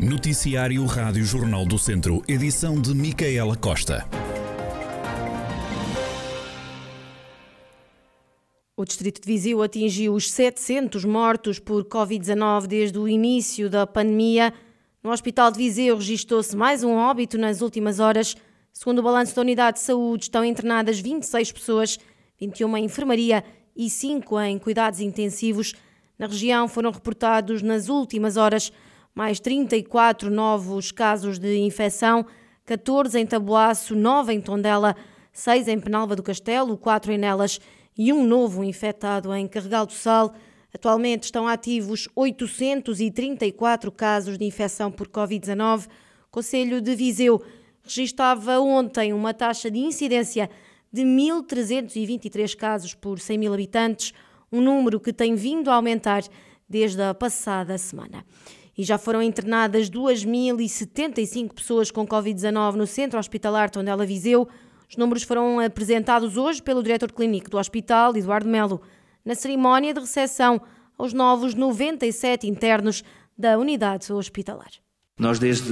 Noticiário Rádio Jornal do Centro, edição de Micaela Costa. O distrito de Viseu atingiu os 700 mortos por Covid-19 desde o início da pandemia. No Hospital de Viseu registou-se mais um óbito nas últimas horas. Segundo o balanço da Unidade de Saúde, estão internadas 26 pessoas, 21 em enfermaria e 5 em cuidados intensivos. Na região foram reportados nas últimas horas mais 34 novos casos de infecção, 14 em Taboaço, 9 em Tondela, 6 em Penalva do Castelo, 4 em Nelas e um novo infectado em Carregal do Sal. Atualmente estão ativos 834 casos de infecção por Covid-19. O Concelho de Viseu registava ontem uma taxa de incidência de 1.323 casos por 100 mil habitantes, um número que tem vindo a aumentar desde a passada semana. E já foram internadas 2.075 pessoas com Covid-19 no Centro Hospitalar Tondela Viseu. Os números foram apresentados hoje pelo diretor clínico do hospital, Eduardo Melo, na cerimónia de recepção aos novos 97 internos da unidade hospitalar. Nós desde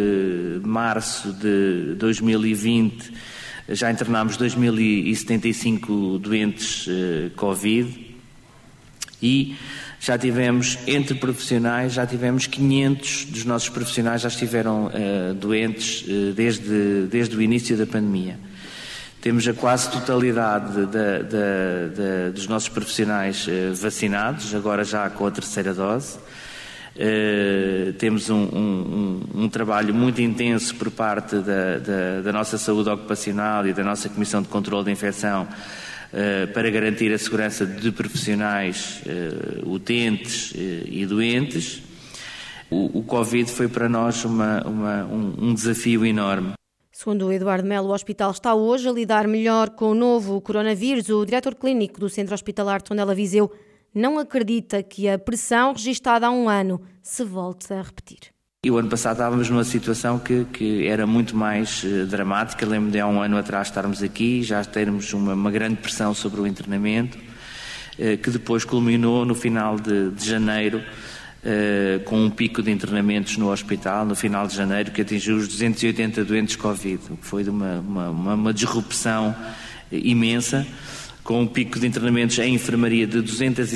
março de 2020 já internámos 2.075 doentes Covid e já tivemos, entre profissionais, 500 dos nossos profissionais já estiveram doentes desde o início da pandemia. Temos a quase totalidade dos nossos profissionais vacinados, agora já com a terceira dose. Temos um trabalho muito intenso por parte da nossa saúde ocupacional e da nossa Comissão de Controlo da Infecção para garantir a segurança de profissionais utentes e doentes. O Covid foi para nós um desafio enorme. Segundo o Eduardo Melo, o hospital está hoje a lidar melhor com o novo coronavírus. O diretor clínico do Centro Hospitalar Tondela Viseu não acredita que a pressão registada há um ano se volte a repetir. E o ano passado estávamos numa situação que era muito mais dramática. Lembro de há um ano atrás estarmos aqui, já termos uma grande pressão sobre o internamento, que depois culminou no final de janeiro, com um pico de internamentos no hospital, no final de janeiro, que atingiu os 280 doentes Covid, o que foi de uma disrupção imensa, com um pico de internamentos em enfermaria de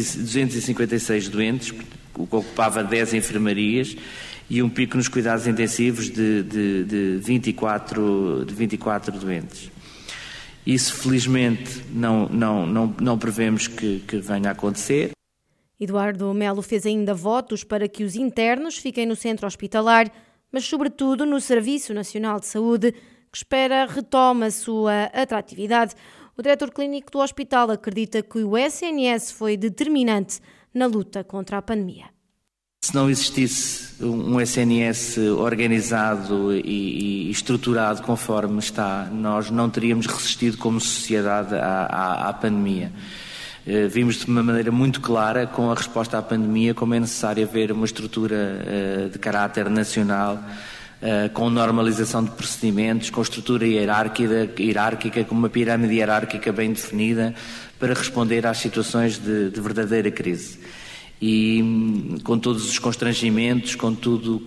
256 doentes, o que ocupava 10 enfermarias, e um pico nos cuidados intensivos de 24 doentes. Isso, felizmente, não prevemos que venha a acontecer. Eduardo Melo fez ainda votos para que os internos fiquem no centro hospitalar, mas sobretudo no Serviço Nacional de Saúde, que espera retome a sua atratividade. O diretor clínico do hospital acredita que o SNS foi determinante na luta contra a pandemia. Se não existisse um SNS organizado e estruturado conforme está, nós não teríamos resistido como sociedade à pandemia. Vimos de uma maneira muito clara, com a resposta à pandemia, como é necessário haver uma estrutura de caráter nacional, com normalização de procedimentos, com estrutura hierárquica, com uma pirâmide hierárquica bem definida, para responder às situações de verdadeira crise. E com todos os constrangimentos, com tudo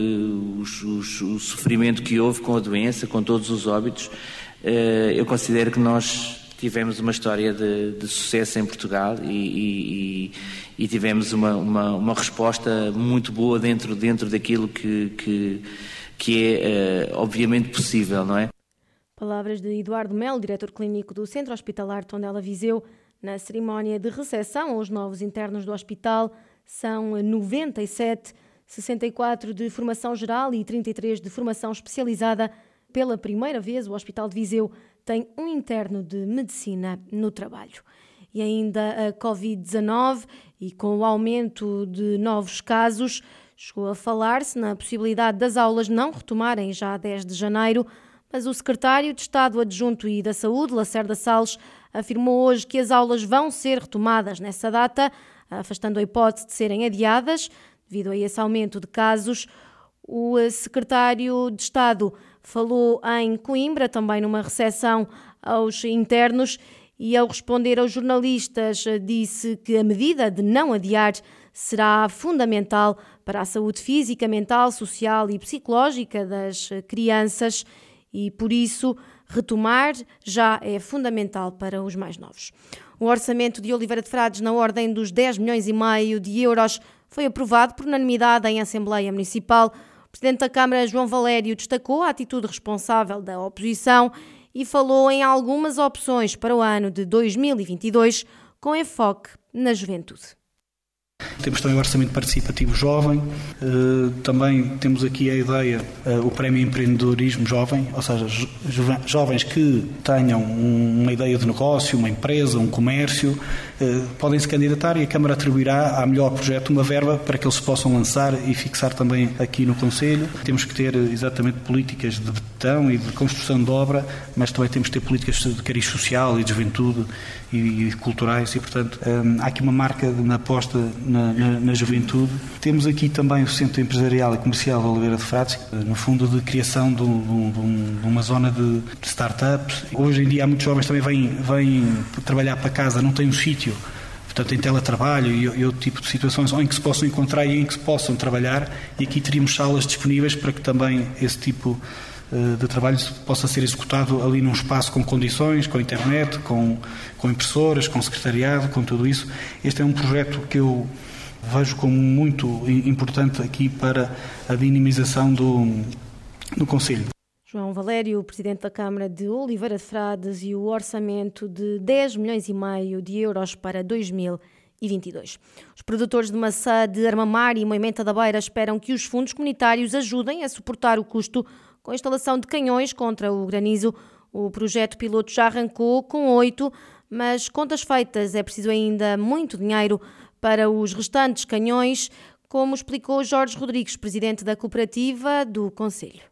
o sofrimento que houve com a doença, com todos os óbitos, eu considero que nós tivemos uma história de sucesso em Portugal e tivemos uma resposta muito boa dentro daquilo que é obviamente possível, não é? Palavras de Eduardo Melo, diretor clínico do Centro Hospitalar Tondela Viseu. Na cerimónia de recepção aos novos internos do hospital são 97, 64 de formação geral e 33 de formação especializada. Pela primeira vez, o Hospital de Viseu tem um interno de medicina no trabalho. E ainda a Covid-19, e com o aumento de novos casos, chegou a falar-se na possibilidade das aulas não retomarem já a 10 de janeiro, mas o secretário de Estado Adjunto e da Saúde, Lacerda Salles, afirmou hoje que as aulas vão ser retomadas nessa data, afastando a hipótese de serem adiadas, devido a esse aumento de casos. O secretário de Estado falou em Coimbra, também numa recepção aos internos, e ao responder aos jornalistas disse que a medida de não adiar será fundamental para a saúde física, mental, social e psicológica das crianças e, por isso, retomar já é fundamental para os mais novos. O orçamento de Oliveira de Frades, na ordem dos 10,5 milhões de euros, foi aprovado por unanimidade em Assembleia Municipal. O Presidente da Câmara, João Valério, destacou a atitude responsável da oposição e falou em algumas opções para o ano de 2022, com enfoque na juventude. Temos também o orçamento participativo jovem, também temos aqui a ideia, o prémio empreendedorismo jovem, ou seja, jovens que tenham uma ideia de negócio, uma empresa, um comércio, podem se candidatar e a Câmara atribuirá ao melhor projeto uma verba para que eles se possam lançar e fixar também aqui no Conselho. Temos que ter exatamente políticas de betão e de construção de obra, mas também temos que ter políticas de cariz social e de juventude e culturais e, portanto, há aqui uma marca na aposta na juventude. Temos aqui também o Centro Empresarial e Comercial de Oliveira de Frades, no fundo de criação de uma zona de startups. Hoje em dia há muitos jovens que também vêm trabalhar para casa, não têm um sítio, portanto em teletrabalho e outro tipo de situações em que se possam encontrar e em que se possam trabalhar, e aqui teríamos salas disponíveis para que também esse tipo de trabalho possa ser executado ali num espaço com condições, com internet, com impressoras, com secretariado, com tudo isso. Este é um projeto que eu vejo como muito importante aqui para a dinamização do Conselho. João Valério, Presidente da Câmara de Oliveira de Frades, e o orçamento de 10,5 milhões de euros para 2022. Os produtores de maçã de Armamar e Moimenta da Beira esperam que os fundos comunitários ajudem a suportar o custo com a instalação de canhões contra o granizo. O projeto piloto já arrancou com 8, mas contas feitas, é preciso ainda muito dinheiro para os restantes canhões, como explicou Jorge Rodrigues, Presidente da Cooperativa do Conselho.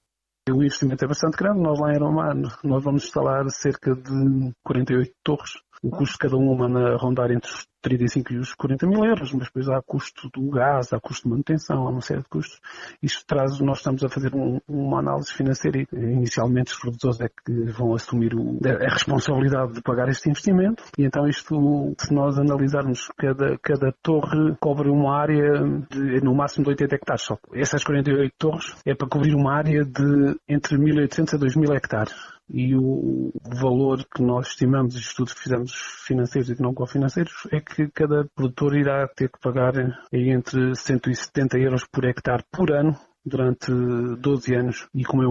O investimento é bastante grande. Nós lá em Armamar nós vamos instalar cerca de 48 torres. O custo de cada uma anda a rondar entre os 35 e os 40 mil euros, mas depois há custo do gás, há custo de manutenção, há uma série de custos. Isto traz, nós estamos a fazer uma análise financeira e inicialmente os produtores é que vão assumir a responsabilidade de pagar este investimento, e então isto, se nós analisarmos, cada torre cobre uma área de no máximo de 80 hectares só. Essas 48 torres é para cobrir uma área de entre 1.800 a 2.000 hectares. E o valor que nós estimamos, os estudos que fizemos financeiros e não cofinanceiros, é que cada produtor irá ter que pagar entre 170 euros por hectare por ano durante 12 anos. E como é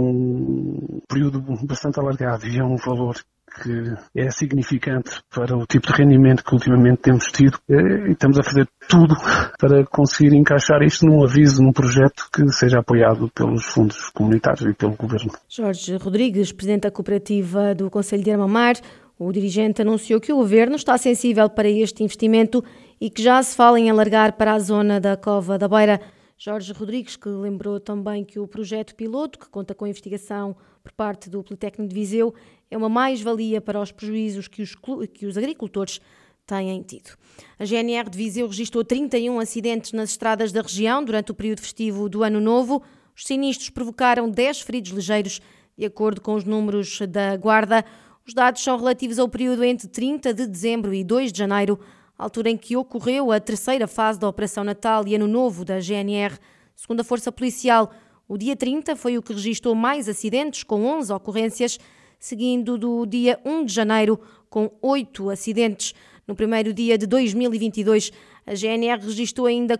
um período bastante alargado e é um valor que é significante para o tipo de rendimento que ultimamente temos tido, e estamos a fazer tudo para conseguir encaixar isto num aviso, num projeto que seja apoiado pelos fundos comunitários e pelo Governo. Jorge Rodrigues, Presidente da Cooperativa do Conselho de Armamar, o dirigente anunciou que o Governo está sensível para este investimento e que já se fala em alargar para a zona da Cova da Beira. Jorge Rodrigues, que lembrou também que o projeto piloto, que conta com a investigação por parte do Politécnico de Viseu, é uma mais-valia para os prejuízos que os agricultores têm tido. A GNR de Viseu registrou 31 acidentes nas estradas da região durante o período festivo do Ano Novo. Os sinistros provocaram 10 feridos ligeiros, de acordo com os números da Guarda. Os dados são relativos ao período entre 30 de dezembro e 2 de janeiro, altura em que ocorreu a terceira fase da Operação Natal e Ano Novo da GNR. Segundo a Força Policial, o dia 30 foi o que registrou mais acidentes, com 11 ocorrências, seguindo do dia 1 de janeiro, com 8 acidentes. No primeiro dia de 2022, a GNR registrou ainda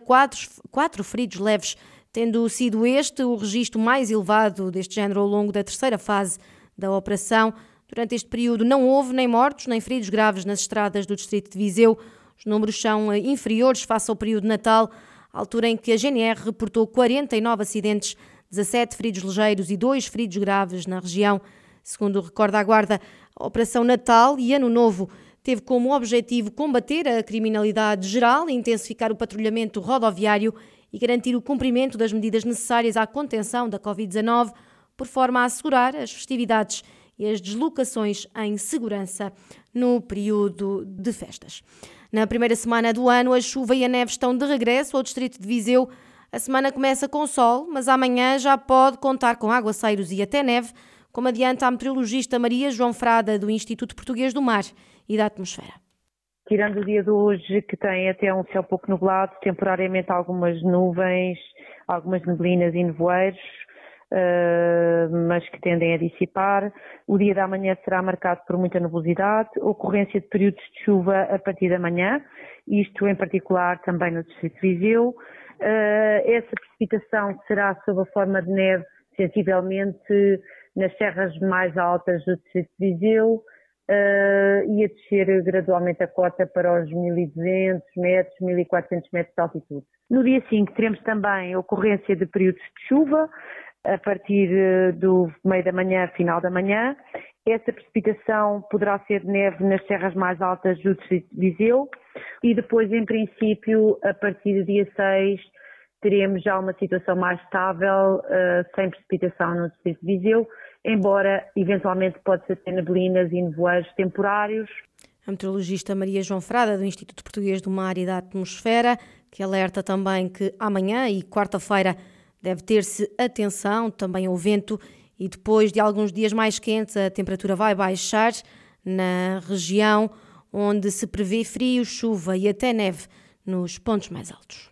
4 feridos leves, tendo sido este o registro mais elevado deste género ao longo da terceira fase da operação. Durante este período não houve nem mortos nem feridos graves nas estradas do distrito de Viseu. Os números são inferiores face ao período de Natal, altura em que a GNR reportou 49 acidentes, 17 feridos ligeiros e 2 feridos graves na região. Segundo recorda a Guarda, a Operação Natal e Ano Novo teve como objetivo combater a criminalidade geral, intensificar o patrulhamento rodoviário e garantir o cumprimento das medidas necessárias à contenção da Covid-19, por forma a assegurar as festividades e as deslocações em segurança no período de festas. Na primeira semana do ano, a chuva e a neve estão de regresso ao distrito de Viseu. A semana começa com sol, mas amanhã já pode contar com aguaceiros e até neve, como adianta a meteorologista Maria João Frada, do Instituto Português do Mar e da Atmosfera. tirando o dia de hoje, que tem até um céu pouco nublado, temporariamente algumas nuvens, algumas neblinas e nevoeiros, mas que tendem a dissipar. O dia da manhã será marcado por muita nebulosidade, ocorrência de períodos de chuva a partir da manhã, isto em particular também no Distrito de Viseu. Essa precipitação será sob a forma de neve, sensivelmente nas serras mais altas do Distrito de Viseu, e a descer gradualmente a cota para os 1.200 metros, 1.400 metros de altitude. No dia 5 teremos também a ocorrência de períodos de chuva, a partir do meio da manhã, final da manhã. Essa precipitação poderá ser de neve nas serras mais altas do Distrito de Viseu e depois, em princípio, a partir do dia 6, teremos já uma situação mais estável, sem precipitação no Distrito de Viseu, embora eventualmente possa ter neblinas e nevoeiros temporários. A meteorologista Maria João Frada, do Instituto Português do Mar e da Atmosfera, que alerta também que amanhã e quarta-feira deve ter-se atenção também ao vento e depois de alguns dias mais quentes a temperatura vai baixar na região onde se prevê frio, chuva e até neve nos pontos mais altos.